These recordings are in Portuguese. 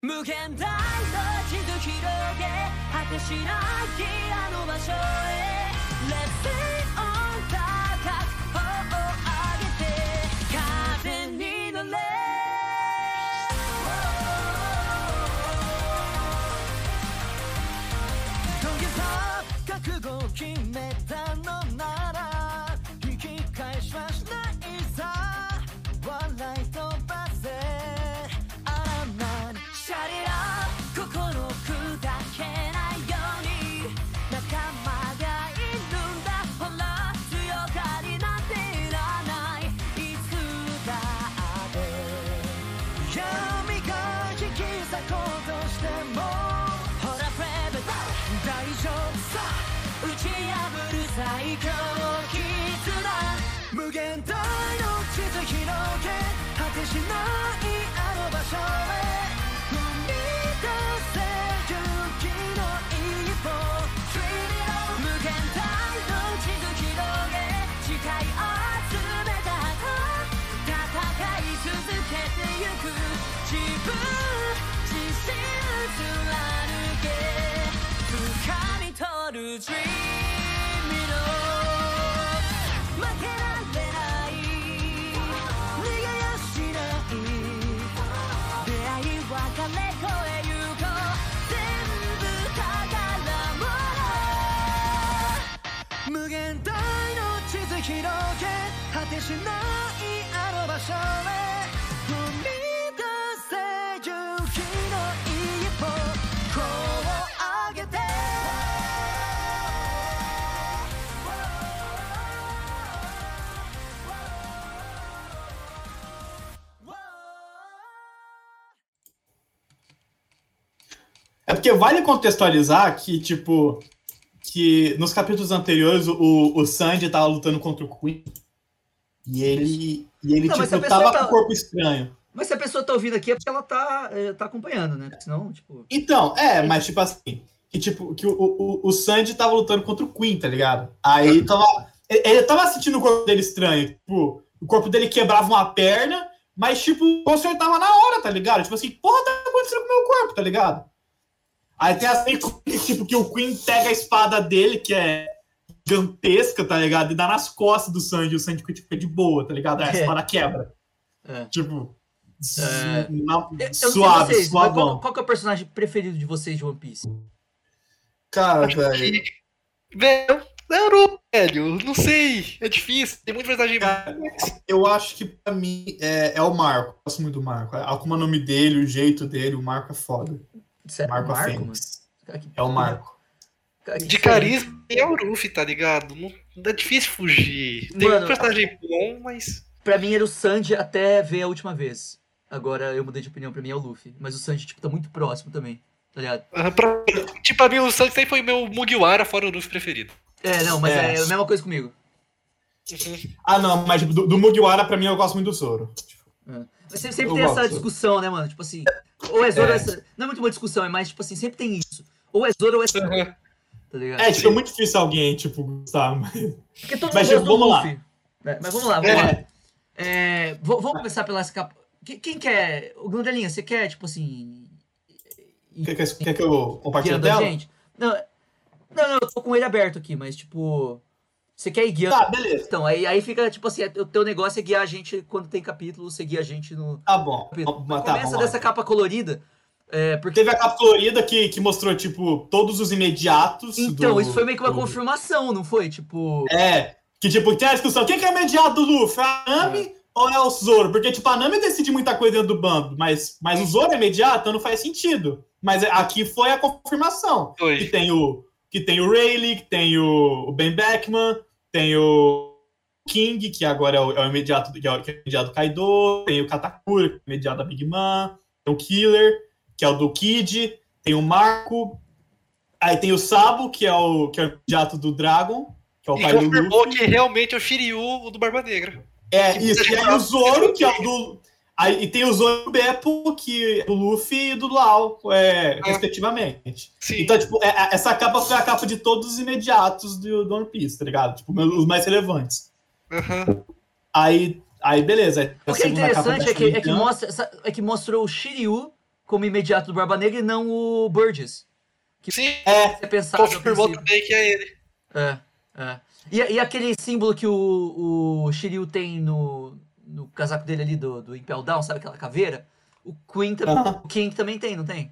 無限大の地図広げ果てしないあの場所へ Let's stay on 高く頬を上げて風に乗れ土下座覚悟を決めたのなら引き返しはしないさ笑い飛ばせシャリラ心砕けないように仲間がいるんだほら強がりなんていらないいつだって闇が引き裂こうとしてもほらブレイブ大丈夫さ打ち破る最強の絆無限大の地図広げ果てしないあの場所へDream の負けられない逃げやしない出会い別れ越え行こう全部宝物無限大の地図広げ果てしないあの場所へ踏み出せ勇気の一歩こう上げて É porque vale contextualizar que, tipo, que nos capítulos anteriores o Sanji tava lutando contra o Queen e ele não, tipo, tava com o corpo estranho. Mas se a pessoa tá ouvindo aqui é porque ela tá acompanhando, né? Senão, tipo... Então, mas tipo assim, que o Sanji tava lutando contra o Queen, tá ligado? Aí ele tava sentindo o corpo dele estranho, tipo, o corpo dele quebrava uma perna, mas, tipo, consertava na hora, tá ligado? Tipo assim, porra, tá acontecendo com o meu corpo, tá ligado? Aí tem assim, tipo, que o Queen pega a espada dele, que é gigantesca, tá ligado? E dá nas costas do Sanji, e o Sanji fica de boa, tá ligado? Aí a espada quebra. Tipo, suave, suavão. Qual que é o personagem preferido de vocês de One Piece? Cara, velho... Naruto, velho, não sei, é difícil, tem muita personagem. Eu acho que pra mim é o Marco, eu gosto muito do Marco. Como é o nome dele, o jeito dele, o Marco é foda. Marco Fênix. É o Marco. De carisma é o Luffy, tá ligado? Não é difícil fugir. Tem um personagem bom, mas... Pra mim era o Sanji até ver a última vez. Agora eu mudei de opinião, pra mim é o Luffy. Mas o Sanji, tipo, tá muito próximo também, tá ligado? Pra mim o Sanji sempre foi meu Mugiwara, fora o Luffy preferido. Não, mas é a mesma coisa comigo. Não, mas do Mugiwara, pra mim, eu gosto muito do Zoro. Mas sempre tem essa discussão, né, mano? Tipo assim, ou é Zoro ou é... Não é muito uma discussão, é mais, tipo assim, sempre tem isso. Ou é Zoro ou é Zoro. Tá ligado? Tipo, é muito difícil alguém, tipo, gostar, mas... Porque todo mundo gosta do Luffy. Mas vamos lá. Vamos começar pela essa capa. Quem quer? O Glandelinha, você quer, tipo assim... Quer que eu compartilhe a tela? Gente? Não, eu tô com ele aberto aqui, mas, tipo... Você quer ir guiando? Tá, beleza. Então, aí fica, tipo assim, o teu negócio é guiar a gente quando tem capítulo, você guia a gente no... Tá bom. Começa dessa capa colorida. Porque teve a capa colorida que mostrou, tipo, todos os imediatos. Então, isso foi meio que uma confirmação, não foi? Tipo... Que, tipo, tem a discussão. Quem que é o imediato do Luffy? A Nami ou é o Zoro? Porque, tipo, a Nami decide muita coisa dentro do bando, mas o Zoro é imediato, então não faz sentido. Mas aqui foi a confirmação. Que tem o Rayleigh, que tem o Ben Beckman, tem o King, que agora é o imediato, que é o imediato do Kaido, tem o Katakura, que é o imediato da Big Mom, tem o Killer, que é o do Kid, tem o Marco, aí tem o Sabo, que é o imediato do Dragon, que é o pai do Luffy. E confirmou que realmente é o Shiryu, o do Barba Negra. Isso, e aí o Zoro, que é o do... Aí, e tem o Zoro e o Beppo, que é do Luffy e do Lau, respectivamente. Sim. Então, tipo, essa capa foi a capa de todos os imediatos do One Piece, tá ligado? Tipo, os mais relevantes. Aí beleza. O que é interessante é que mostrou o Shiryu como imediato do Barba Negra e não o Burgess. Sim, Você pensava a confirmou princípio. também que é ele. É. E aquele símbolo que o Shiryu tem no casaco dele ali do Impel Down, sabe aquela caveira? O o King também tem, não tem?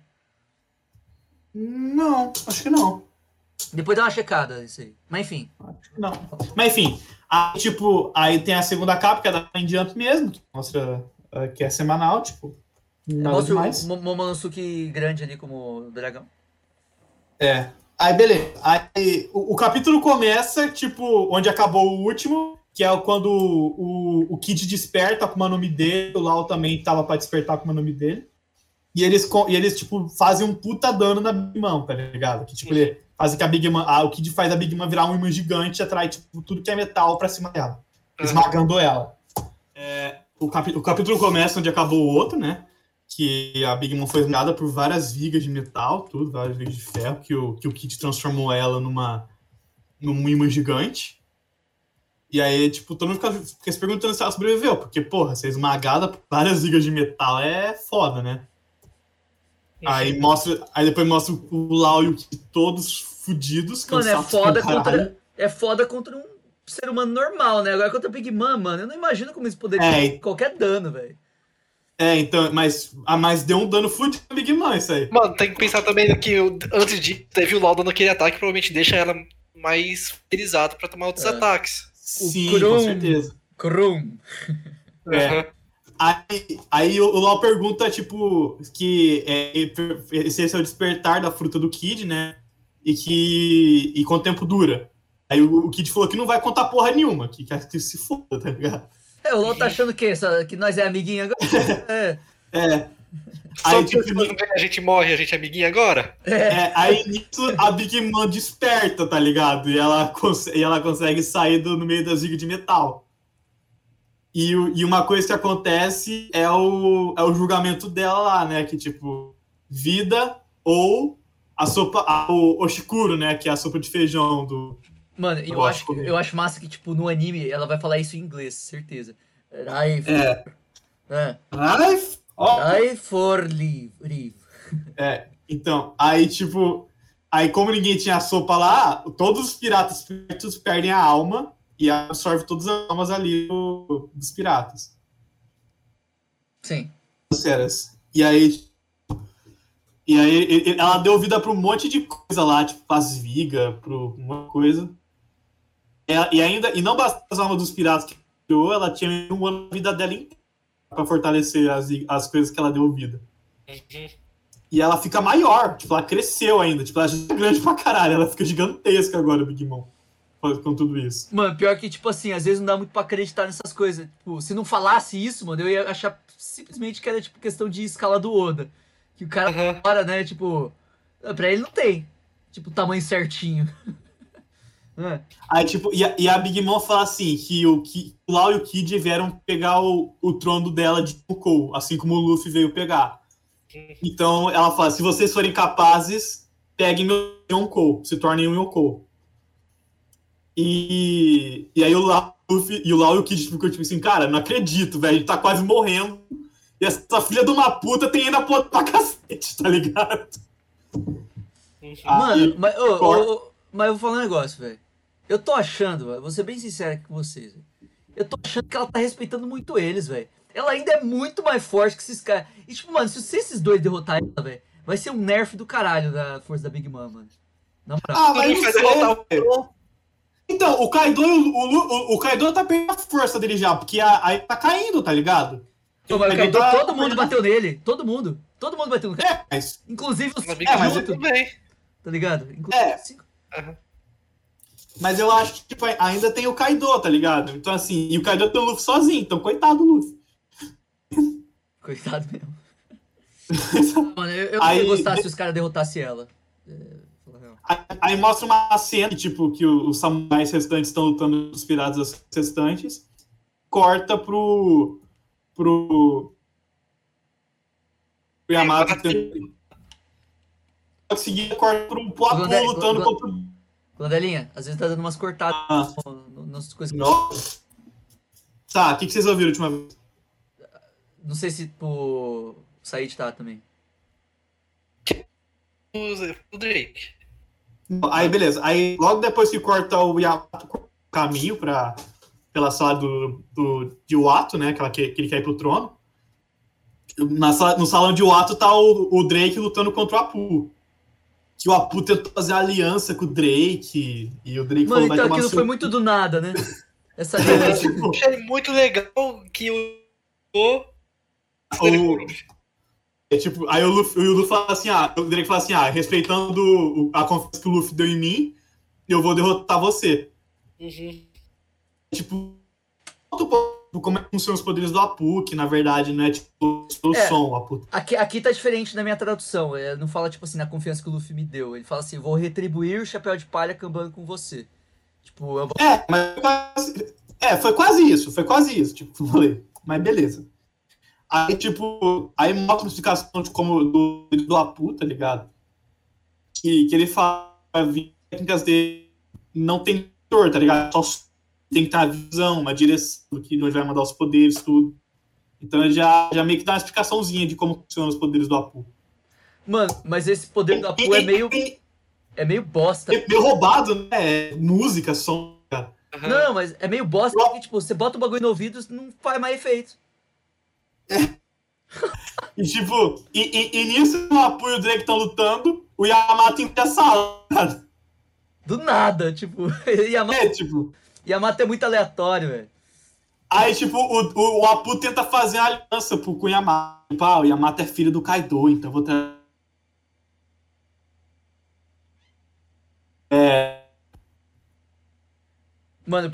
Não, acho que não. Depois dá uma checada isso aí. Mas enfim. Não. Mas enfim, aí, tipo, aí tem a segunda capa, que é da em Jump mesmo, que mostra que é semanal, tipo, nada Mostra demais. o Momonosuke grande ali como dragão. É. Aí, beleza. Aí, o capítulo começa, tipo, onde acabou o último, que é quando o Kid desperta com o nome dele, o Lau também tava pra despertar com o nome dele. E eles, tipo, fazem um puta dano na Big Mom, tá ligado? Que, tipo, ele fazem que a Big Mom... o Kid faz a Big Mom virar um imã gigante e atrai, tipo, tudo que é metal pra cima dela. Esmagando ela. O capítulo começa onde acabou o outro, né? Que a Big Mom foi esmagada por várias vigas de metal, tudo, várias vigas de ferro, que o Kid transformou ela num imã gigante. E aí, tipo, todo mundo fica se perguntando se ela sobreviveu, porque, porra, ser esmagada por várias vigas de metal é foda, né? Aí depois mostra o Lau e o Kid todos fudidos. Mano, é foda contra um ser humano normal, né? Agora contra a Big Mom, mano, eu não imagino como isso poderia ter qualquer dano, velho. Então, mas deu um dano fudido na Big Mom isso aí. Mano, tem que pensar também que antes de teve o Lau dando aquele ataque, provavelmente deixa ela mais utilizada pra tomar outros ataques. Sim, com certeza. Krum. Aí o Lau pergunta, tipo, que esse é o despertar da fruta do Kid, né? E quanto tempo dura. Aí o Kid falou que não vai contar porra nenhuma, que se foda, tá ligado? O Lau tá achando que nós é amiguinho agora? Aí, tipo, a gente morre, a gente é amiguinho agora? Aí nisso a Big Mom desperta, tá ligado? E ela consegue sair no meio das vigas de metal. E uma coisa que acontece é o julgamento dela lá, né? Que, tipo, vida ou a sopa, o oshikuro, né? Que é a sopa de feijão do... Mano, eu acho massa que, tipo, no anime ela vai falar isso em inglês, certeza. I for leave. Então, aí, tipo... Aí, como ninguém tinha sopa lá, todos os piratas pertos perdem a alma e absorve todas as almas ali dos piratas. Sim. E aí ela deu vida pra um monte de coisa lá, tipo, as vigas, pra uma coisa. E não basta as almas dos piratas que criou, ela tinha um ano da vida dela inteira pra fortalecer as coisas que ela deu vida. E ela fica maior, tipo, ela cresceu ainda, tipo, ela já é grande pra caralho, ela fica gigantesca agora, Big Mom, com tudo isso. Mano, pior que, tipo assim, às vezes não dá muito pra acreditar nessas coisas. Tipo, se não falasse isso, mano, eu ia achar simplesmente que era, tipo, questão de escala do Oda. Que o cara, né, tipo, pra ele não tem, tipo, tamanho certinho. Aí, tipo, e a Big Mom fala assim, que o Lau e o Kid vieram pegar o trono dela de Yonkou, assim como o Luffy veio pegar. Então, ela fala, se vocês forem capazes, peguem meu Yonkou, se tornem um Yonkou. E aí o Lau e o Kid ficam tipo assim, cara, não acredito, velho, a gente tá quase morrendo. E essa filha de uma puta tem ainda poder pra cacete, tá ligado? Mano, mas eu vou falar um negócio, velho. Eu tô achando, velho, vou ser bem sincero aqui com vocês, véio. Eu tô achando que ela tá respeitando muito eles, velho. Ela ainda é muito mais forte que esses caras. E tipo, mano, se esses dois derrotarem ela, velho, vai ser um nerf do caralho da força da Big Mom, mano. Na moral. Mas não sei, então, o Kaido tá perdendo a força dele já, porque aí tá caindo, tá ligado? Pô, mas todo mundo bateu nele. Todo mundo bateu no cara. Inclusive os Big Mom também. Tá ligado? Inclusive Mas eu acho que tipo, ainda tem o Kaido, tá ligado? Então assim, e o Kaido tem o Luffy sozinho, então coitado do Luffy. Coitado mesmo. Mano, eu não ia gostar se os caras derrotassem ela. Aí mostra uma cena, tipo, que os samurais restantes estão lutando com os piratas restantes. Corta pro Yamato. Seguida corta pro Apu lutando contra o... Gladelinha, às vezes tá dando umas cortadas nas coisas. Nossa. Tá, o que vocês ouviram a última vez? Não sei se o Said tá também. o Drake. Aí, beleza. Aí, logo depois que corta o Yamato o caminho pela sala de Watto, né? Que ele quer ir pro trono. No salão de Watto tá o Drake lutando contra o Apu. Que o Apu tentou fazer aliança com o Drake. E o Drake Mano, falou, então aquilo foi muito do nada, né? Essa aliança. Eu achei muito legal que aí o Luffy fala assim, o Drake fala assim, respeitando a confiança que o Luffy deu em mim, eu vou derrotar você. Uhum. Tipo, como é que funcionam os poderes do Apu, que na verdade não é tipo o som, o Apu. Aqui tá diferente na minha tradução. Não fala, tipo assim, na confiança que o Luffy me deu. Ele fala assim, vou retribuir o chapéu de palha cambando com você. Tipo, eu vou... foi quase isso, tipo, falei, mas beleza. Aí, tipo, aí mostra uma explicação de como do Apu, tá ligado? Que ele fala que as técnicas dele não tem dor, tá ligado? Só tem que ter uma visão, uma direção do que onde vai mandar os poderes, tudo. Então ele já meio que dá uma explicaçãozinha de como funcionam os poderes do Apu. Mano, mas esse poder do Apu é meio bosta. É meio roubado, né? Música, som, cara. Uhum. Não, mas é meio bosta porque, tipo, você bota o bagulho no ouvido e não faz mais efeito. E tipo, e nisso o Apu e o Drake estão lutando, o Yamato em a sala, cara. Do nada, tipo, Yamato é muito aleatório, velho. Aí, tipo, o Apu tenta fazer a aliança com o Yamato. Tipo, o Yamato é filho do Kaido, então eu vou trazer. Mano, eu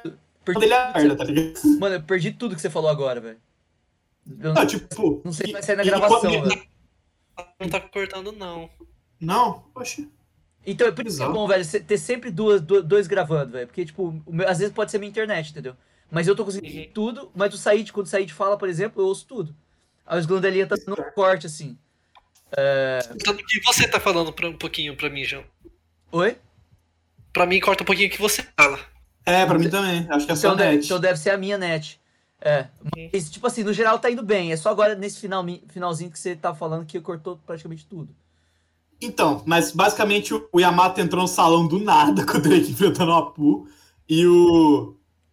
perdi tudo que você falou agora, velho. Não sei se vai sair na gravação, velho. Não tá cortando, não. Não? Poxa. Então, é por isso que é bom, velho, ter sempre dois gravando, velho. Porque, tipo, às vezes pode ser minha internet, entendeu? Mas eu tô conseguindo ouvir tudo, mas quando o Said fala, por exemplo, eu ouço tudo. Aí os Glandelinha tá dando um corte, assim. Então, o que você tá falando um pouquinho pra mim, João? Oi? Pra mim, corta um pouquinho o que você fala. Pra mim também. Acho que é só net. Então deve ser a minha net. Mas, tipo assim, no geral tá indo bem. É só agora nesse finalzinho que você tá falando que cortou praticamente tudo. Então, mas basicamente o Yamato entrou no salão do nada com o Drake enfrentando o Apu. E o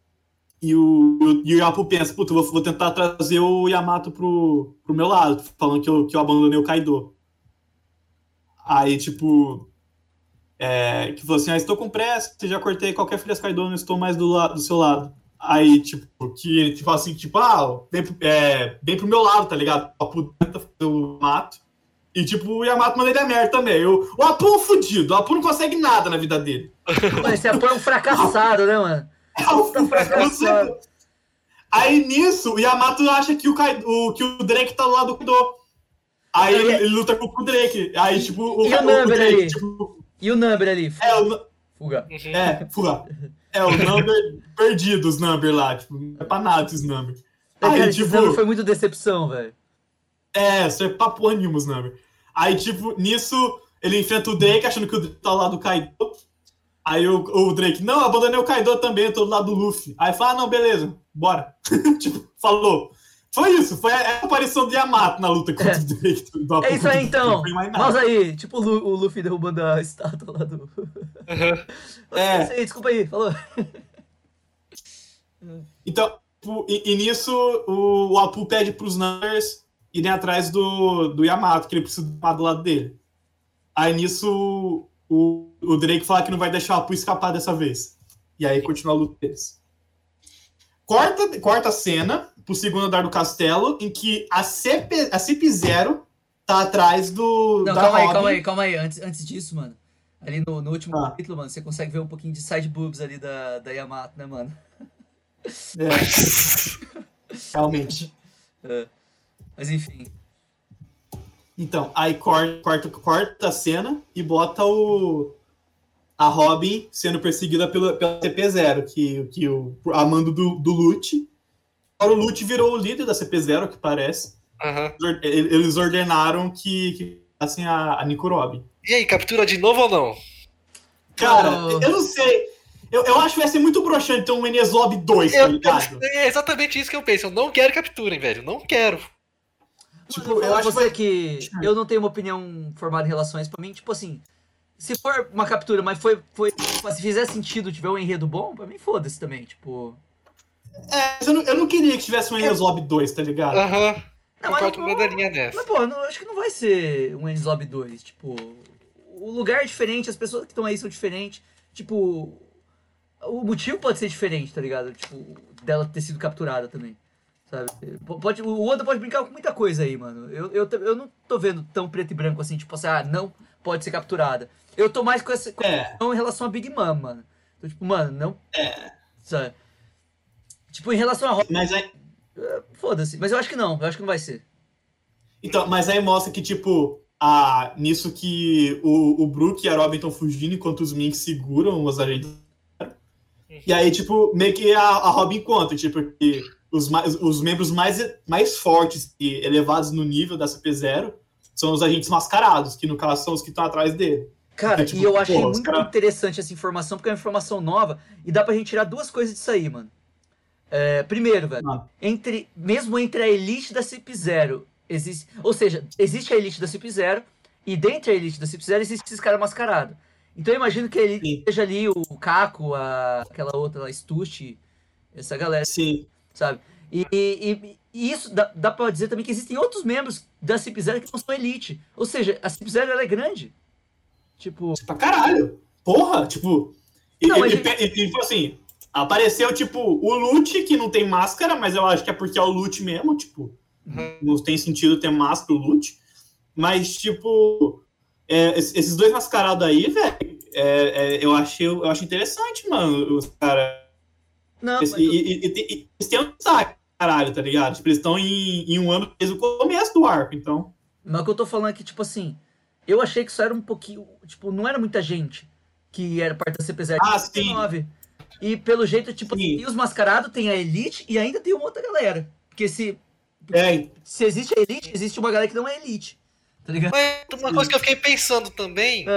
Apu pensa, puta, vou tentar trazer o Yamato pro meu lado, falando que eu abandonei o Kaido. Aí, tipo, que falou assim, estou com pressa, já cortei qualquer filha do Kaido, não estou mais do seu lado. Aí, tipo, que ele fala assim, tipo, vem pro meu lado, tá ligado? O Apu tenta fazer o Yamato. E, tipo, o Yamato manda ele a merda também. O Apu é um fudido, o Apu não consegue nada na vida dele. Mano, esse Apu é um fracassado, né, mano? Fracassado. Aí, nisso, o Yamato acha que o Drake tá do lado do Kaido. Aí ele luta com o Drake. Aí, tipo, e o Number ali? Tipo, e o Number ali? Fuga. Fuga. O Number perdido, os Number lá. Tipo, não é pra nada esses Number. Aí, cara, tipo, esse Number foi muita decepção, velho. Isso é pra porra nenhuma, os Number. Aí, tipo, nisso, ele enfrenta o Drake, achando que o Drake tá do lado do Kaido. Aí o Drake, não, abandonei o Kaido também, tô do lado do Luffy. Aí fala, não, beleza, bora. Tipo, falou. Foi isso, foi a aparição de Yamato na luta contra o Drake. É isso aí, então. Mas aí, tipo o Luffy derrubando a estátua lá do... É isso aí, desculpa aí, falou. Então, e nisso, o Apu pede pros Numbers irem atrás do Yamato, que ele precisa do lado dele. Aí nisso, o Drake fala que não vai deixar o Apu escapar dessa vez. E aí continua a luta deles. Corta a cena pro segundo andar do castelo, em que a CP0 tá atrás do... Não, calma aí. Antes disso, mano. Ali no último capítulo, mano, você consegue ver um pouquinho de side boobs ali da Yamato, né, mano? Realmente. Mas enfim. Então, aí corta a cena e bota a Robin sendo perseguida pela CP0, que a mando do Lute. Agora o Lute virou o líder da CP0, que parece. Uhum. Eles ordenaram que assim a Nico Robin. E aí, captura de novo ou não? Cara, eu não sei. Eu acho que vai ser muito broxante ter um Enezob 2, tá ligado? É exatamente isso que eu penso. Eu não quero capturem, velho. Não quero. Tipo, Mano, eu acho você que que eu não tenho uma opinião formada em relação a isso. Pra mim, tipo assim, se for uma captura, mas foi se fizer sentido, tiver um enredo bom, pra mim foda-se também, tipo... mas eu não queria que tivesse um Enies Lobby 2, tá ligado? Aham. Não, Concordo com o Mandarinha nessa. Mas, pô, não, acho que não vai ser um Enies Lobby 2, tipo... O lugar é diferente, as pessoas que estão aí são diferentes, tipo... O motivo pode ser diferente, tá ligado? Tipo, dela ter sido capturada também. Sabe? O Oda pode brincar com muita coisa aí, mano. Eu não tô vendo tão preto e branco assim, tipo assim, não pode ser capturada. Eu tô mais com essa questão em relação a Big Mom, mano. Então, tipo, mano, não. Sabe? Tipo, em relação a Robin. Mas aí, Foda-se. Mas eu acho que não vai ser. então, mas aí mostra que, tipo, nisso que o Brook e a Robin estão fugindo enquanto os Minks seguram os agentes. E aí, tipo, meio que a Robin conta, tipo, que os membros mais fortes e elevados no nível da CP0 são os agentes mascarados, que no caso são os que estão atrás dele. Cara, Então, tipo, e eu achei porra, os muito cara- interessante essa informação, porque é uma informação nova, e dá pra gente tirar duas coisas disso aí, mano. Primeiro, velho, Mano. mesmo entre a elite da CIP0, existe. Ou seja, existe a elite da CIP0, e dentro da elite da CIP0 existe esses caras mascarados. Então eu imagino que a elite Sim. seja ali o Caco, aquela outra, a Stush, essa galera, Sim. sabe? E isso dá pra dizer também que existem outros membros da CIP0 que não são elite. Ou seja, a CIP0 ela é grande. Tipo. Pra caralho. Porra, tipo. Não, mas Tipo assim, apareceu, tipo, o Lute, que não tem máscara, mas eu acho que é porque é o Lute mesmo, tipo. Não tem sentido ter máscara o Lute. Mas, tipo, esses dois mascarados aí, velho, eu acho interessante, mano, os caras. Não, Eles têm um destaque, caralho, tá ligado? Tipo, eles estão em um ano desde o começo do arco, então. mas o que eu tô falando é que, tipo assim, eu achei que isso era um pouquinho. Tipo, não era muita gente que era parte da CP0. Ah, Tinha 19. E pelo jeito, tipo, Sim. e os mascarados tem a Elite e ainda tem uma outra galera. Porque se existe a Elite, existe uma galera que não é Elite. Tá ligado? Mas uma coisa que eu fiquei pensando também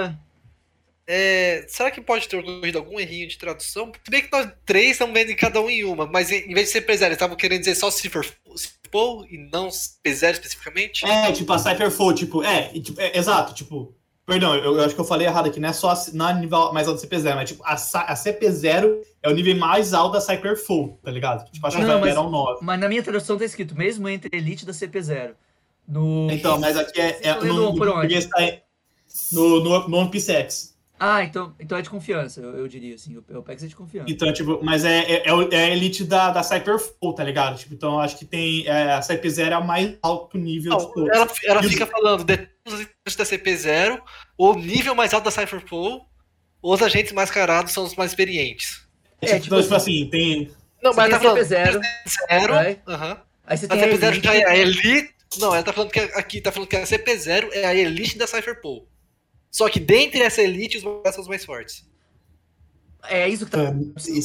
será que pode ter ocorrido algum errinho de tradução? Se bem que nós três estamos vendo cada um em uma, mas em vez de ser P0, eles estavam querendo dizer só Cipher e não P0 especificamente? Tipo, a Cypherfall, tipo, exato, tipo, perdão, eu acho que eu falei errado aqui, não é só na nível mais alto da CP0, mas tipo, a CP0 é o nível mais alto da Cypherfall, tá ligado? Tipo, acho que vai virar um 9. Mas na minha tradução tá escrito, mesmo entre Elite da CP0. Então, mas aqui no português tá no One Piece X. Ah, então é de confiança, eu diria assim. Eu pego isso de confiança. Então, tipo, mas é a elite da Cypherfall, tá ligado? Tipo, então eu acho que tem. A CP0 é o mais alto nível de todos. Ela fica falando de todos os integrantes da CP0, o nível mais alto da Cypherpole, os agentes mascarados são os mais experientes. Tipo assim, tem. Não, mas ela tá falando CP0. Aí você A tem CP0 já é a elite. Não, ela tá falando que aqui tá falando que a CP0 é a elite da Cypherpole. Só que dentre essa elite, os mascarados são os mais fortes. É isso que tá.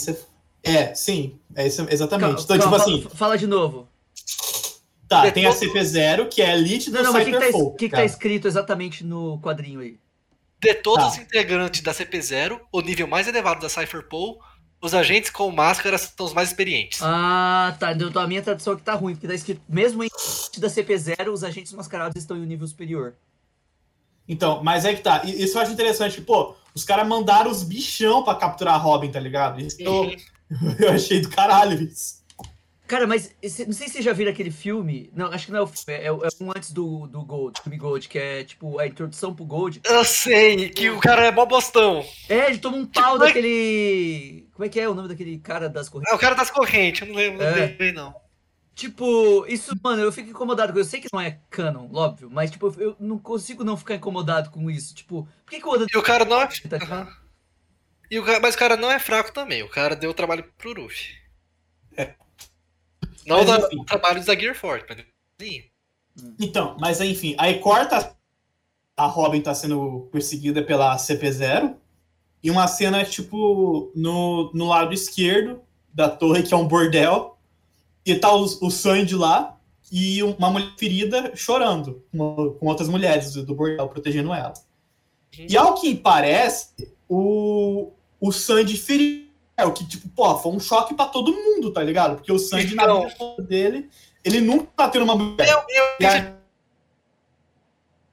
Sim, é isso exatamente. Calma, Então, tipo assim. Fala de novo. Tá, tem a CP0, que é a elite do Cypherpole. O que tá escrito exatamente no quadrinho aí? De todos os integrantes da CP0, o nível mais elevado da Cypherpole, os agentes com máscaras são os mais experientes. Ah, tá. Então a minha tradução aqui tá ruim, porque tá escrito, mesmo em da CP0, os agentes mascarados estão em um nível superior. Então, mas é que tá. Isso eu acho interessante. Pô, os caras mandaram os bichão pra capturar a Robin, tá ligado? Isso eu achei do caralho isso. Cara, mas não sei se vocês já viram aquele filme. Não, acho que não é o filme. É um antes do Gold, filme Gold, que é tipo a introdução pro Gold. Eu sei, que o cara é mó bostão. Ele toma um pau daquele. Como é que é o nome daquele cara das correntes? É o cara das correntes, eu não lembro bem, não. Tipo, isso, mano, eu fico incomodado com isso. Eu sei que não é canon, óbvio, mas tipo, eu não consigo não ficar incomodado com isso. Tipo, por que o Oda... E o cara não é... Tá Mas o cara não é fraco também. O cara deu trabalho pro Luffy. Não o trabalho da Gear Force, mas... Sim. Então, mas enfim, aí corta a Robin tá sendo perseguida pela CP0 e uma cena, tipo, no lado esquerdo da torre, que é um bordel, e tá o Sandy lá e uma mulher ferida chorando com outras mulheres do bordel protegendo ela. E ao que parece, o Sandy feriu, o que, tipo, pô, foi um choque pra todo mundo, tá ligado? Porque o Sandy, na vida dele, ele nunca bateu numa mulher.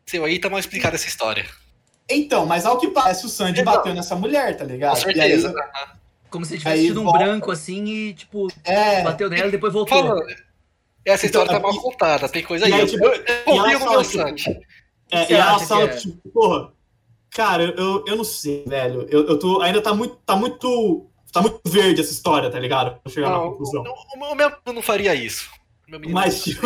Seu aí tá mal explicada essa história. Então, mas ao que parece, o Sanji bateu nessa mulher, tá ligado? Com certeza. Como se ele tivesse tido um branco assim e, tipo, bateu nela e depois voltou. Falando, essa história tá mal contada, tem coisa aí. Tipo, Confio no meu Sanji. E ela fala, tipo, porra, cara, eu não sei, velho. Eu tô. Ainda tá muito verde essa história, tá ligado? Pra chegar na conclusão. O meu não faria isso. Mas, tipo,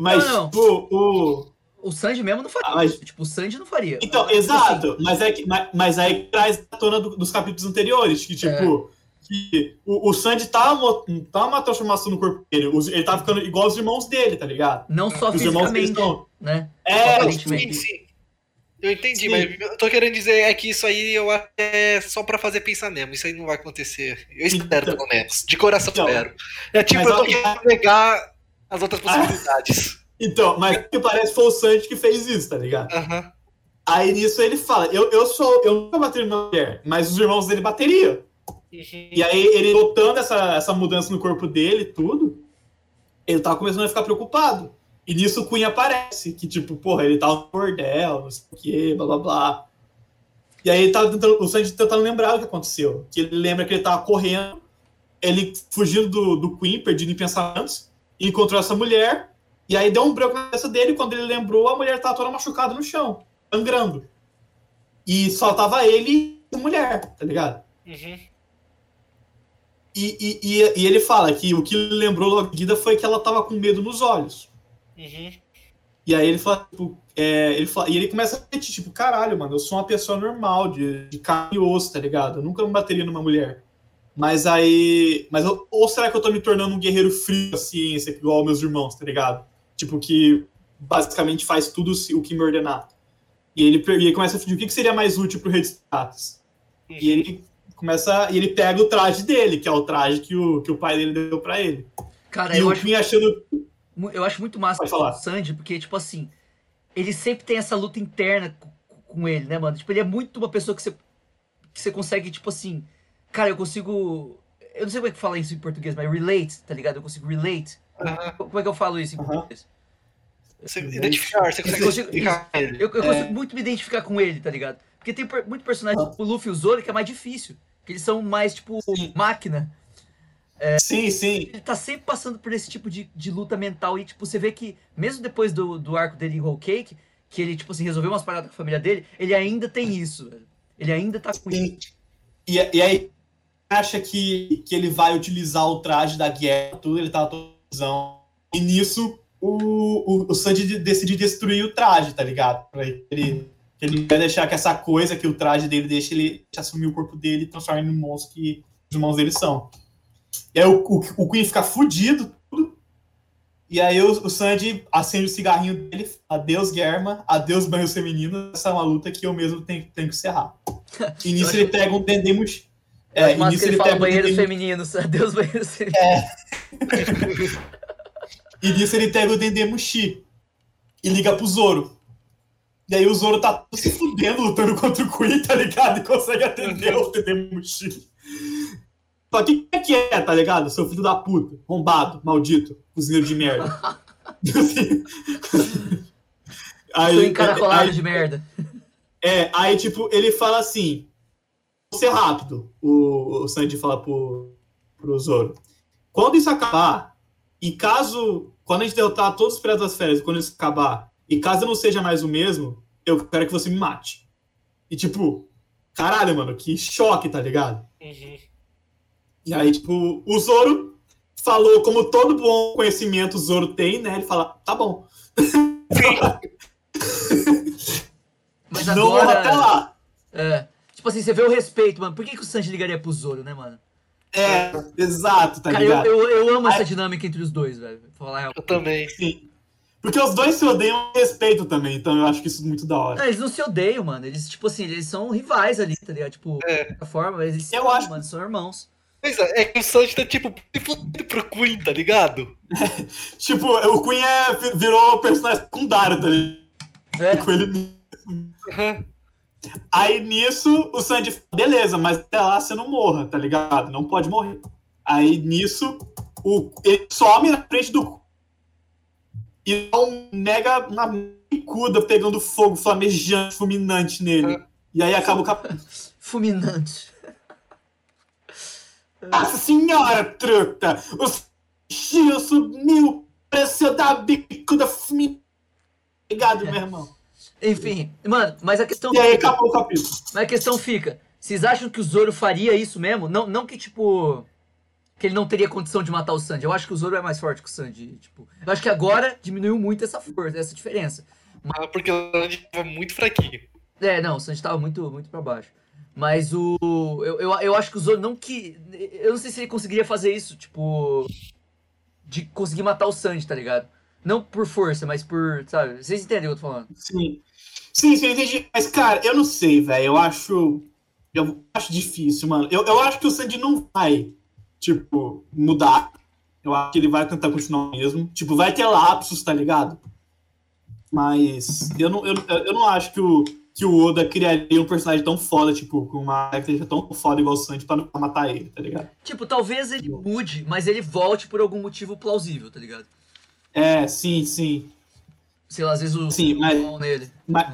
o Sanji mesmo não faria. Tipo, o Sanji não faria. Então, exato. Assim. Mas aí traz a tona dos capítulos anteriores, que, tipo, que o Sanji tá uma transformação no corpo dele. Ele tá ficando igual os irmãos dele, tá ligado? Não só os fisicamente, né? Sim. Eu entendi, mas eu tô querendo dizer é que isso aí eu acho que é só pra fazer pensar mesmo. Isso aí não vai acontecer. Eu espero, pelo menos. De coração espero. É tipo, eu tô querendo negar as outras possibilidades. Então, mas o que parece foi o Sanji que fez isso, tá ligado? Aí nisso ele fala, eu nunca bati numa mulher, mas os irmãos dele bateriam. E aí ele notando essa mudança no corpo dele e tudo, ele tava começando a ficar preocupado. E nisso o Queen aparece, que tipo, porra, ele tá no bordel, não sei o que, blá blá blá. E aí o Sanji tentando lembrar o que aconteceu. Que ele lembra que ele tava correndo, ele fugindo do Queen, perdido em pensamentos, e encontrou essa mulher, e aí deu um branco na cabeça dele, e quando ele lembrou, a mulher tava toda machucada no chão, sangrando. E só tava ele e a mulher, tá ligado? E ele fala que o que ele lembrou logo em seguida foi que ela tava com medo nos olhos. E aí ele fala, tipo, e ele começa a repetir, tipo, caralho, mano, eu sou uma pessoa normal, de carne e osso, tá ligado? Eu nunca me bateria numa mulher. Ou será que eu tô me tornando um guerreiro frio da ciência, igual meus irmãos, tá ligado? Tipo, que basicamente faz tudo o que me ordenar. E ele começa a pedir o que seria mais útil pro Rei dos Piratas. E ele pega o traje dele, que é o traje que o pai dele deu pra ele. Cara, e eu acho muito massa o Sanji, porque, tipo assim, ele sempre tem essa luta interna com ele, né, mano? Tipo, ele é muito uma pessoa que você consegue, tipo assim, cara, eu consigo... Eu não sei como é que fala isso em português, mas relate, tá ligado? Eu consigo relate. Como é que eu falo isso em português? Você consegue identificar ele. Eu consigo muito me identificar com ele, tá ligado? Porque tem muito personagem, tipo o Luffy e o Zoro, que é mais difícil. Que eles são mais, tipo, máquina. Sim. Ele tá sempre passando por esse tipo de luta mental. E, tipo, você vê que, mesmo depois do arco dele em Whole Cake, que ele, tipo assim, resolveu umas paradas com a família dele, ele ainda tem isso, velho. Ele ainda tá com isso. E aí, acha que ele vai utilizar o traje da guerra, tudo, ele tá todo visão. E nisso, o Sanji decide destruir o traje, tá ligado? Ele vai deixar que essa coisa que o traje dele deixa ele assumir o corpo dele e transformar ele no monstro que os irmãos dele são. E aí o Queen fica fudido, tudo. E aí o Sanji acende o cigarrinho dele, adeus Germa, adeus banhos femininos, essa é uma luta que eu mesmo tenho que encerrar. E nisso ele pega um Dendemushi. E nisso ele fala banheiros femininos, adeus banheiros femininos. E nisso ele pega o Dendemushi e liga pro Zoro. E aí o Zoro tá se fudendo lutando contra o Queen, tá ligado? E consegue atender o Dendemushi. Só que tá ligado? Seu filho da puta, rombado, maldito, cozinheiro de merda. Tô encaracolado de merda. Aí tipo, ele fala assim, vou ser rápido, o Sanji fala pro Zoro. Quando isso acabar, quando a gente derrotar todos os Piratas das Férias, quando isso acabar, e caso eu não seja mais o mesmo, eu quero que você me mate. E tipo, caralho, mano, que choque, tá ligado? E aí, tipo, o Zoro falou, como todo bom conhecimento o Zoro tem, né? Ele fala, tá bom. Mas não vou até lá. Tipo assim, você vê o respeito, mano. Por que o Sanji ligaria pro Zoro, né, mano? Exato, tá cara, ligado? Eu amo essa dinâmica entre os dois, velho. Eu também. Sim. Porque os dois se odeiam respeito também, então eu acho que isso é muito da hora. Não, eles não se odeiam, mano. Eles, tipo assim, eles são rivais ali, tá ligado? Tipo, de forma, mas eles mano, são irmãos. Pois é que o Sanji tá, tipo, se fudendo pro Queen, tá ligado? Tipo, o Queen virou personagem secundário, tá ligado? Com ele. Aí nisso, o Sanji fala, beleza, mas até lá você não morra, tá ligado? Não pode morrer. Aí nisso, ele some na frente do e dá uma picuda pegando fogo flamejante, fulminante nele. E aí acaba o capítulo. Fulminante. Nossa senhora, truta! O Shio sumiu, pareceu dar bicuda fulminante. Obrigado, meu irmão. Enfim, mano, mas a questão E aí acabou o capítulo. Mas a questão fica, vocês acham que o Zoro faria isso mesmo? Não que, tipo, que ele não teria condição de matar o Sanji. Eu acho que o Zoro é mais forte que o Sanji, tipo. Eu acho que agora diminuiu muito essa força, essa diferença. Porque o Sanji tava muito fraquinho. Não, o Sanji tava muito, muito pra baixo. Mas eu acho que o Zoro não que... Eu não sei se ele conseguiria fazer isso, tipo... De conseguir matar o Sanji, tá ligado? Não por força, mas por, sabe? Vocês entendem o que eu tô falando? Sim, eu entendi. Mas, cara, eu não sei, velho. Eu acho difícil, mano. Eu acho que o Sanji não vai, tipo, mudar. Eu acho que ele vai tentar continuar mesmo. Tipo, vai ter lapsos, tá ligado? Mas eu não acho que o Oda criaria um personagem tão foda, tipo, com uma característica tão foda igual o Sanji pra não matar ele, tá ligado? Tipo, talvez ele mude, mas ele volte por algum motivo plausível, tá ligado? Sim. Sei lá, às vezes o Sim, nele.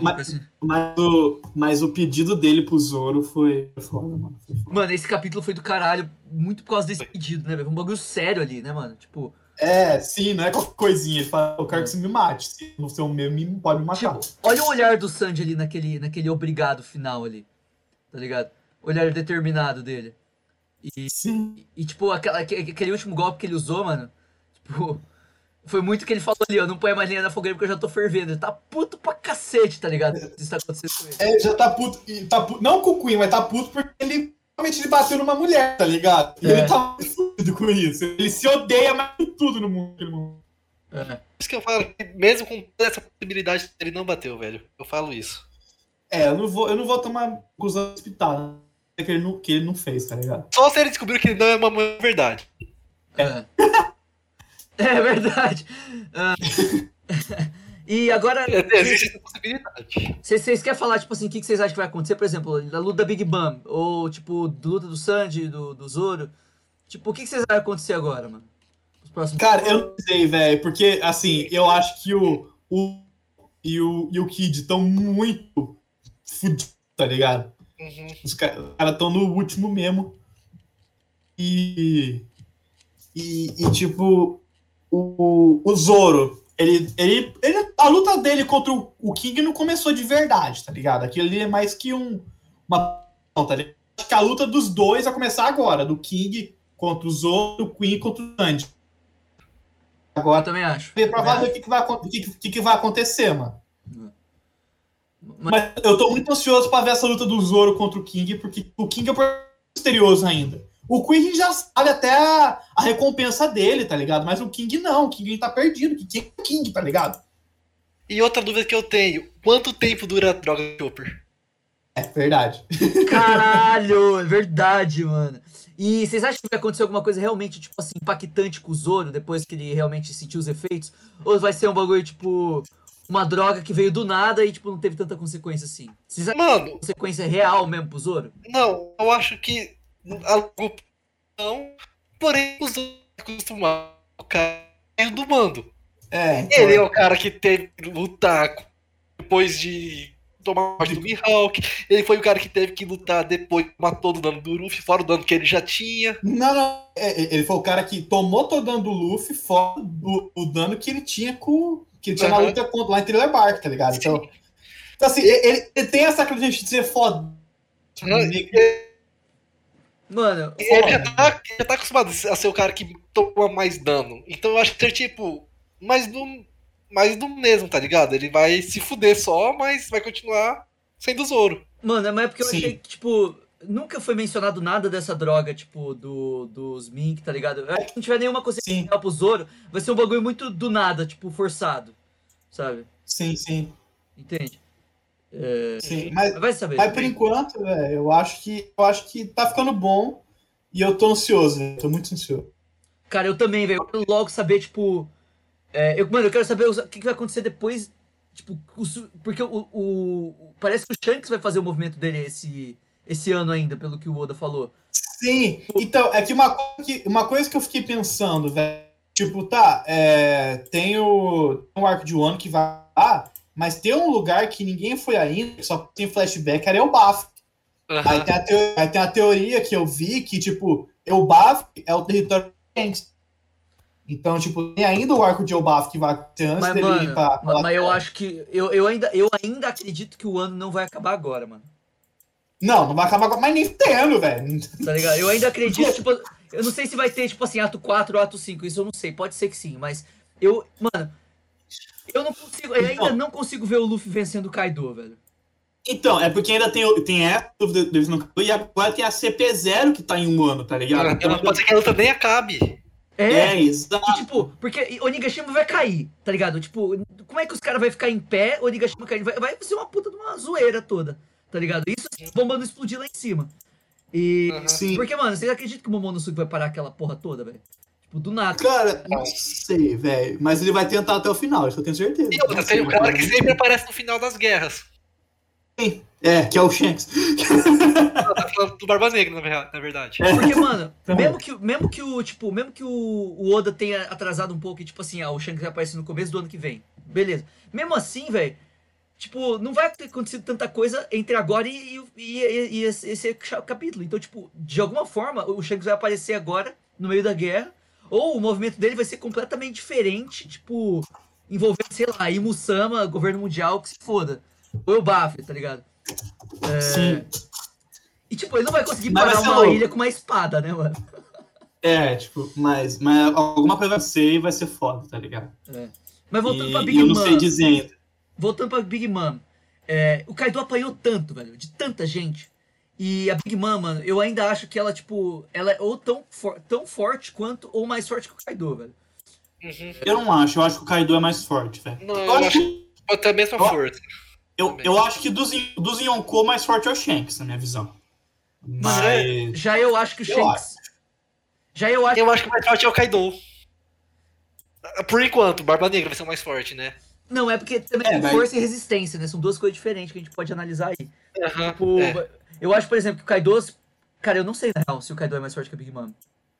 Mas o pedido dele pro Zoro foi foda, mano. Mano, esse capítulo foi do caralho, muito por causa desse pedido, né, velho? Um bagulho sério ali, né, mano? Tipo... Sim, não é qualquer coisinha. Ele fala, eu quero que você me mate. Se não ser um meme, pode me matar. Tipo, olha o olhar do Sanji ali naquele obrigado final ali, tá ligado? O olhar determinado dele. Sim. E tipo, aquele último golpe que ele usou, mano, tipo... Foi muito que ele falou ali, ó, não põe mais linha na fogueira porque eu já tô fervendo. Ele tá puto pra cacete, tá ligado? Isso tá acontecendo com ele. Já tá puto. Não com o Queen, mas tá puto porque ele realmente ele bateu numa mulher, tá ligado? E ele tá muito fudido com isso. Ele se odeia mais que tudo no mundo. Por isso que eu falo que mesmo com toda essa possibilidade, ele não bateu, velho. Eu falo isso. Eu não vou tomar acusão do hospital, né? Que ele não fez, tá ligado? Só se ele descobriu que ele não é uma mulher de verdade. É verdade. E agora. Existe essa possibilidade. Vocês querem falar, tipo assim, o que vocês acham que vai acontecer? Por exemplo, da luta da Big Bang, ou tipo, da luta do Sanji, do Zoro. Tipo, o que vocês acham que vai acontecer agora, mano? Os próximos... Cara, eu não sei, velho, porque, assim, eu acho que o Kid estão muito fudidos, tá ligado? Uhum. Os caras estão no último mesmo. E tipo, o Zoro, a luta dele contra o King não começou de verdade, tá ligado? Aquilo ali é mais que uma... Tá ligado? Acho que a luta dos dois vai começar agora, do King contra o Zoro, do Queen contra o Sanji. Agora eu também acho. Pra ver o que vai acontecer, mano. Mas eu tô muito ansioso pra ver essa luta do Zoro contra o King, porque o King é misterioso ainda. O Queen já sabe até a recompensa dele, tá ligado? Mas o King não, o King tá perdido. Quem é o King, tá ligado? E outra dúvida que eu tenho, quanto tempo dura a droga do Chopper? É verdade. Caralho, é verdade, mano. E vocês acham que vai acontecer alguma coisa realmente, tipo assim, impactante com o Zoro, depois que ele realmente sentiu os efeitos? Ou vai ser um bagulho, tipo, uma droga que veio do nada e, tipo, não teve tanta consequência assim? Vocês acham que tem consequência real mesmo pro Zoro? Não, eu acho que não, porém os outros acostumaram o cara do mando. Ele é o cara que teve que lutar depois de tomar a morte do Mihawk. Ele foi o cara que teve que lutar depois que matou o dano do Luffy, fora o dano que ele já tinha. Não. Ele foi o cara que tomou todo o dano do Luffy, fora o dano que ele tinha que ele tinha na luta lá em Thriller Bark, tá ligado? Então assim, ele tem essa característica de ser foda. Mano, ele já tá acostumado a ser o cara que toma mais dano. Então eu acho que ser tipo mais do mesmo, tá ligado? Ele vai se fuder só, mas vai continuar sendo Zoro. Mano, mas é porque eu achei que, tipo, nunca foi mencionado nada dessa droga, tipo, dos Mink, tá ligado? Eu acho que não tiver nenhuma consequência pro Zoro, vai ser um bagulho muito do nada, tipo, forçado, sabe? Sim. Entende? Sim, mas vai saber. Mas por enquanto, velho, eu acho que tá ficando bom e eu tô ansioso, velho. Tô muito ansioso. Cara, eu também, velho. Eu quero logo saber, tipo... eu quero saber o que vai acontecer depois, tipo... Porque parece que o Shanks vai fazer o movimento dele esse ano ainda, pelo que o Oda falou. Sim, então, é que uma coisa que eu fiquei pensando, velho, tipo, tem o arco de Wano que vai lá, Mas tem um lugar que ninguém foi ainda, que só tem flashback, era Elbaf. Aí tem a teoria que eu vi que, tipo, Elbaf é o território do Shanks. Então, tipo, tem ainda o arco de Elbaf que vai ter antes Mas, dele mano, ir pra mas eu acho que. Eu ainda acredito que o ano não vai acabar agora, mano. Não vai acabar agora, mas nem tendo, velho. Tá ligado? Eu ainda acredito, tipo. Eu não sei se vai ter, tipo assim, ato 4 ou ato 5. Isso eu não sei. Pode ser que sim, mas. Mano. Eu não consigo. Eu ainda não consigo ver o Luffy vencendo o Kaido, velho. Então, é porque ainda tem essa dúvida deles no Kaido, e agora tem a CP0 que tá em um ano, tá ligado? Então, pode ser que a luta nem acabe. Exato. E, tipo, porque Onigashima vai cair, tá ligado? Tipo, como é que os caras vão ficar em pé, Onigashima caindo? Vai ser uma puta de uma zoeira toda, tá ligado? Isso a bomba não explodir lá em cima. E. Sim. Porque, mano, vocês acreditam que o Momonosuke vai parar aquela porra toda, velho? Tipo, do nada. Cara, não sei, velho. Mas ele vai tentar até o final, isso eu tenho certeza. E outra, tem um cara que sempre aparece no final das guerras. Sim. Que é o Shanks. Não, tá falando do Barba Negra, na verdade. Porque, mano, mesmo que o Oda tenha atrasado um pouco e, tipo assim, o Shanks vai aparecer no começo do ano que vem. Beleza. Mesmo assim, velho, tipo, não vai ter acontecido tanta coisa entre agora e esse capítulo. Então, tipo, de alguma forma, o Shanks vai aparecer agora, no meio da guerra, ou o movimento dele vai ser completamente diferente, tipo, envolvendo, sei lá, Imusama, governo mundial, que se foda. Ou o Baf, tá ligado? Sim. E, tipo, ele não vai conseguir parar uma ilha com uma espada, né, mano? Tipo, mas alguma coisa vai ser e vai ser foda, tá ligado? Mas voltando pra Big Mom. Eu não sei dizer ainda. Voltando pra Big Mom. O Kaido apanhou tanto, velho, de tanta gente. E a Big Mom, mano, eu ainda acho que ela, tipo, ela é ou tão forte quanto, ou mais forte que o Kaido, velho. Uhum. Eu não acho, eu acho que o Kaido é mais forte, velho. Não, eu acho que pode ter a mesma força. Eu acho que dos Yonkou mais forte é o Shanks, na minha visão. Mas. Já eu acho que o Shanks. Eu acho que o mais forte é o Kaido. Por enquanto, o Barba Negra vai ser o mais forte, né? Não, é porque também tem força e resistência, né? São duas coisas diferentes que a gente pode analisar aí. Tipo, eu acho, por exemplo, que o Kaido. Cara, eu não sei, na real, se o Kaido é mais forte que a Big Mom.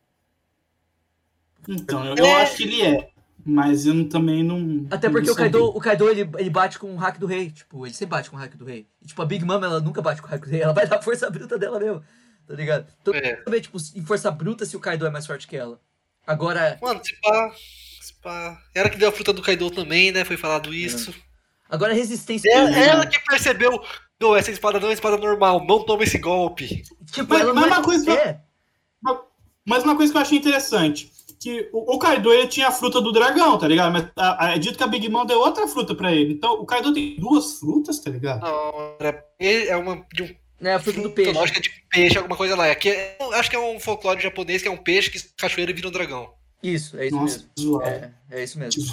Então, eu acho que ele é. Mas eu também não. Até porque o Kaido ele bate com o hack do rei. Tipo, ele sempre bate com o hack do rei. E, tipo, a Big Mom, ela nunca bate com o hack do rei. Ela vai dar força bruta dela mesmo. Tá ligado? Então, saber, tipo, em força bruta se o Kaido é mais forte que ela. Agora. Mano, se pá. Era que deu a fruta do Kaido também, né? Foi falado isso. Agora, resistência. Ela que percebeu. Não, essa espada não é espada normal. Não toma esse golpe. Tipo, ela não Mas uma coisa que eu achei interessante. Que o Kaido, ele tinha a fruta do dragão, tá ligado? Mas é dito que a Big Mom deu outra fruta pra ele. Então, o Kaido tem duas frutas, tá ligado? Não, é uma de um... É a fruta do peixe. Acho que é de peixe, alguma coisa lá. Acho que é um folclore japonês, que é um peixe que cachoeira vira um dragão. Isso, é isso mesmo. Zoado. É isso mesmo.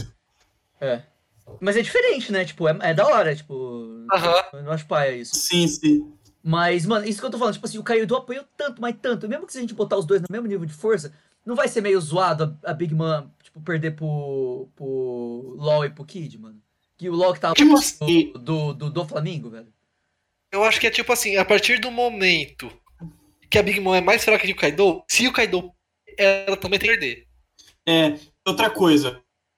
Mas é diferente, né? Tipo, é da hora, tipo... Eu não acho paia isso. Sim. Mas, mano, isso que eu tô falando, tipo assim, o Kaido apanhou tanto, mas tanto. Mesmo que se a gente botar os dois no mesmo nível de força... Não vai ser meio zoado a Big Mom, tipo, perder pro LoL e pro Kid, mano? Que o LoL que tava do Flamengo, velho. Eu acho que é tipo assim, a partir do momento que a Big Mom é mais fraca que o Kaido, se o Kaido, ela também tem que perder. Outra coisa.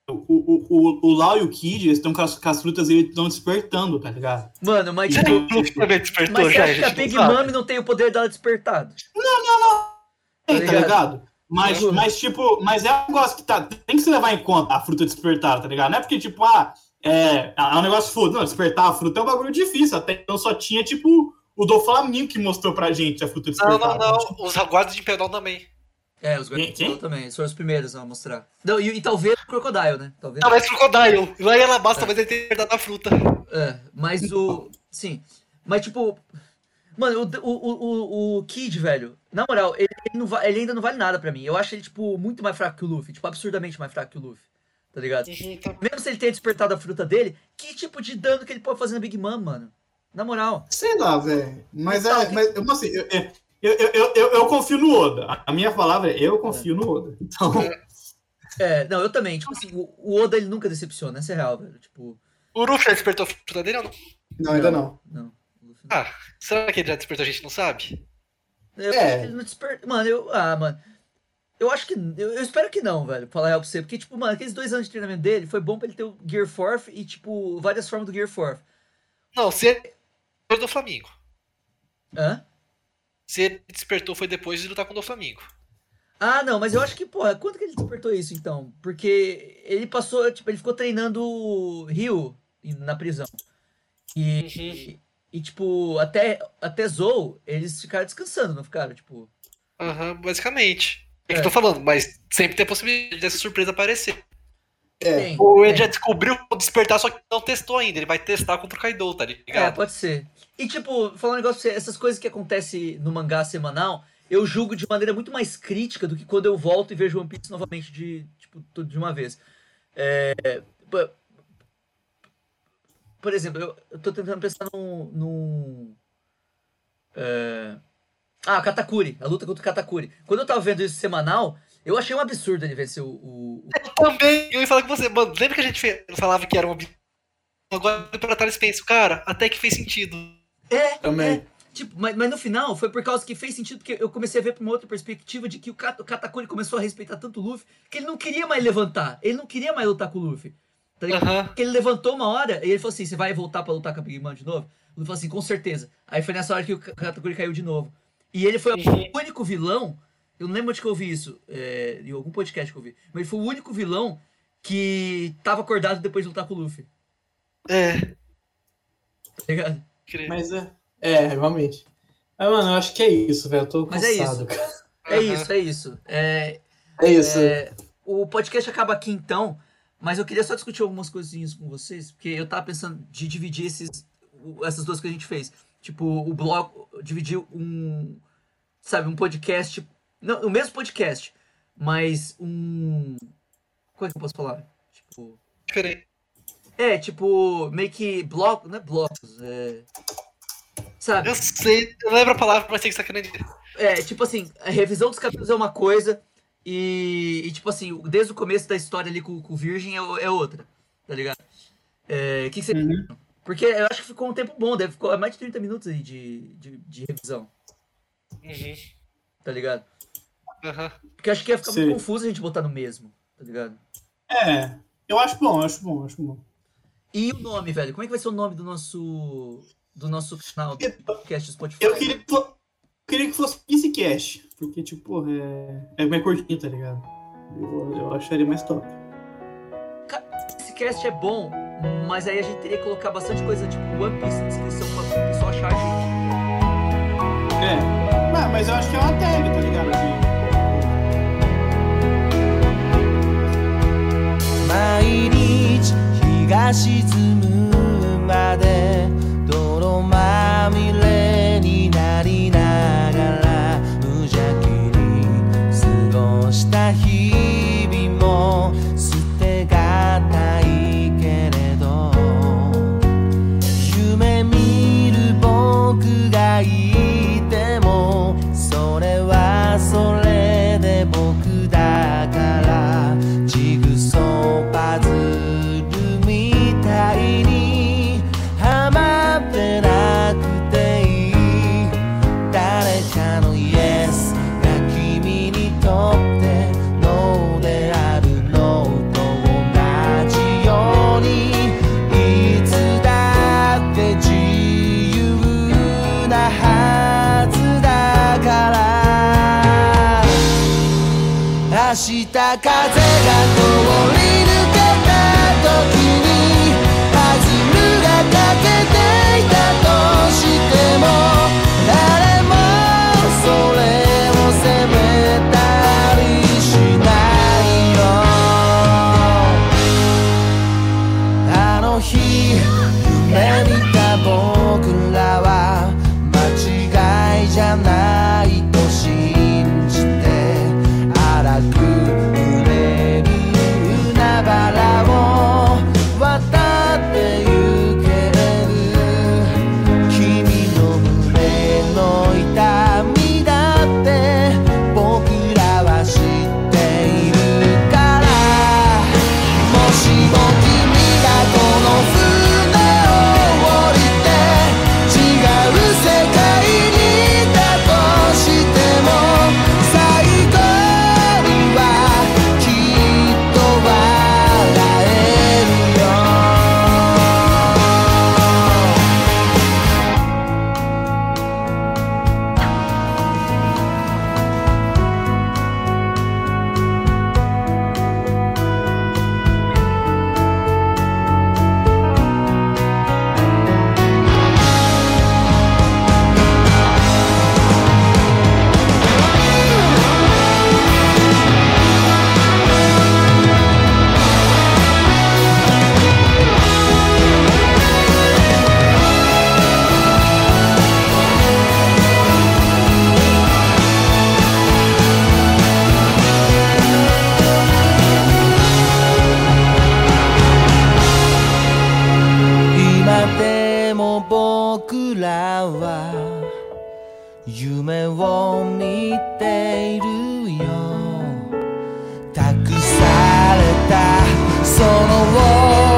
O Lau e o Kid, eles estão com as frutas e eles estão despertando, tá ligado? Mano, mas... Será que o Luffy também despertou mas já? Você acha que a Big Mom não tem o poder dela despertado? Não. Tá ligado? Mas é um negócio que tem que se levar em conta a fruta despertada, tá ligado? Não é porque, tipo, é um negócio foda. Não, despertar a fruta é um bagulho difícil. Até então só tinha, tipo, o do Flamengo que mostrou pra gente a fruta despertada. Não. Os guardas de Imperial também. Os guardas de Imperial também. Eles foram os primeiros a mostrar. Não, e talvez o Crocodile, né? Talvez o Crocodile. Lá em Alabasta talvez ele tenha despertado a fruta. Mas sim. Mas, tipo... Mano, o Kid, velho, na moral, ele ainda não vale nada pra mim. Eu acho ele, tipo, muito mais fraco que o Luffy. Tipo, absurdamente mais fraco que o Luffy. Tá ligado? Mesmo se ele tenha despertado a fruta dele, que tipo de dano que ele pode fazer na Big Mom, mano? Na moral. Sei lá, velho. Mas assim, eu confio no Oda. A minha palavra é eu confio no Oda. Então... não, eu também. Tipo assim, o Oda, ele nunca decepciona. Essa é real, velho. Tipo... O Luffy já despertou a fruta dele ou não? Não, ainda não. Será que ele já despertou? A gente não sabe? Ele não despertou. Mano, mano. Eu acho que. Eu espero que não, velho. Falar real pra você. Porque, tipo, mano, aqueles 2 anos de treinamento dele foi bom pra ele ter o Gear 4 e, tipo, várias formas do Gear 4. Não, se ele foi do Flamengo. Hã? Se ele despertou foi depois de lutar com o do Flamengo. Ah, não, mas eu acho que, porra, quando que ele despertou isso, então? Porque ele passou, tipo, ele ficou treinando Ryu na prisão. E tipo, até Zou, eles ficaram descansando, não ficaram? Tipo. Aham, basicamente. É que eu tô falando, mas sempre tem a possibilidade dessa surpresa aparecer. Tem, Ou ele tem. já descobriu o despertar, só que não testou ainda. Ele vai testar contra o Kaido, tá ligado? Pode ser. E tipo, falar um negócio pra você, essas coisas que acontecem no mangá semanal, eu julgo de maneira muito mais crítica do que quando eu volto e vejo One Piece novamente tipo, tudo de uma vez. P- Por exemplo, eu tô tentando pensar Katakuri, a luta contra o Katakuri. Quando eu tava vendo isso semanal, eu achei um absurdo ele vencer Eu também, eu ia falar com você, mano. Lembra que a gente falava que era um. Agora pra trás penso, cara, até que fez sentido. Também. Tipo, mas no final foi por causa que fez sentido, porque eu comecei a ver por uma outra perspectiva de que o Katakuri começou a respeitar tanto o Luffy que ele não queria mais levantar, ele não queria mais lutar com o Luffy. Tá ligado? Porque ele levantou uma hora e ele falou assim: você vai voltar pra lutar com a Big Mom de novo? O Luffy falou assim: com certeza. Aí foi nessa hora que o Katakuri caiu de novo. E ele foi o único vilão, eu não lembro onde que eu ouvi isso, em algum podcast que eu ouvi, mas ele foi o único vilão que tava acordado depois de lutar com o Luffy. Tá ligado? Mas realmente. Mas, mano, eu acho que é isso, velho. Eu tô cansado, Mas é isso. cara. É isso. É isso. O podcast acaba aqui então, mas eu queria só discutir algumas coisinhas com vocês, porque eu tava pensando de dividir essas duas que a gente fez. Tipo, o bloco, dividir um podcast, não, o mesmo podcast, mas como é que eu posso falar? Tipo... Diferente. tipo, meio que bloco, não é blocos, sabe? Eu sei, eu lembro a palavra, mas sei que você tá querendo dizer. Tipo assim, a revisão dos capítulos é uma coisa e tipo assim, desde o começo da história ali com o Virgem é outra, tá ligado? O que você... Porque eu acho que ficou um tempo bom, ficou mais de 30 minutos aí de revisão. Tá ligado? Porque eu acho que ia ficar muito confuso a gente botar no mesmo, tá ligado? Eu acho bom. E o nome, velho? Como é que vai ser o nome do nosso canal do podcast Spotify? Eu queria que fosse PCcast, porque, tipo, é mais curtinho, tá ligado? Eu acharia mais top. Esse cast é bom, mas aí a gente teria que colocar bastante coisa, tipo, One Piece na descrição pra o pessoal achar a gente. Mas eu acho que é uma tag, tá ligado? は夢を見ているよ託されたその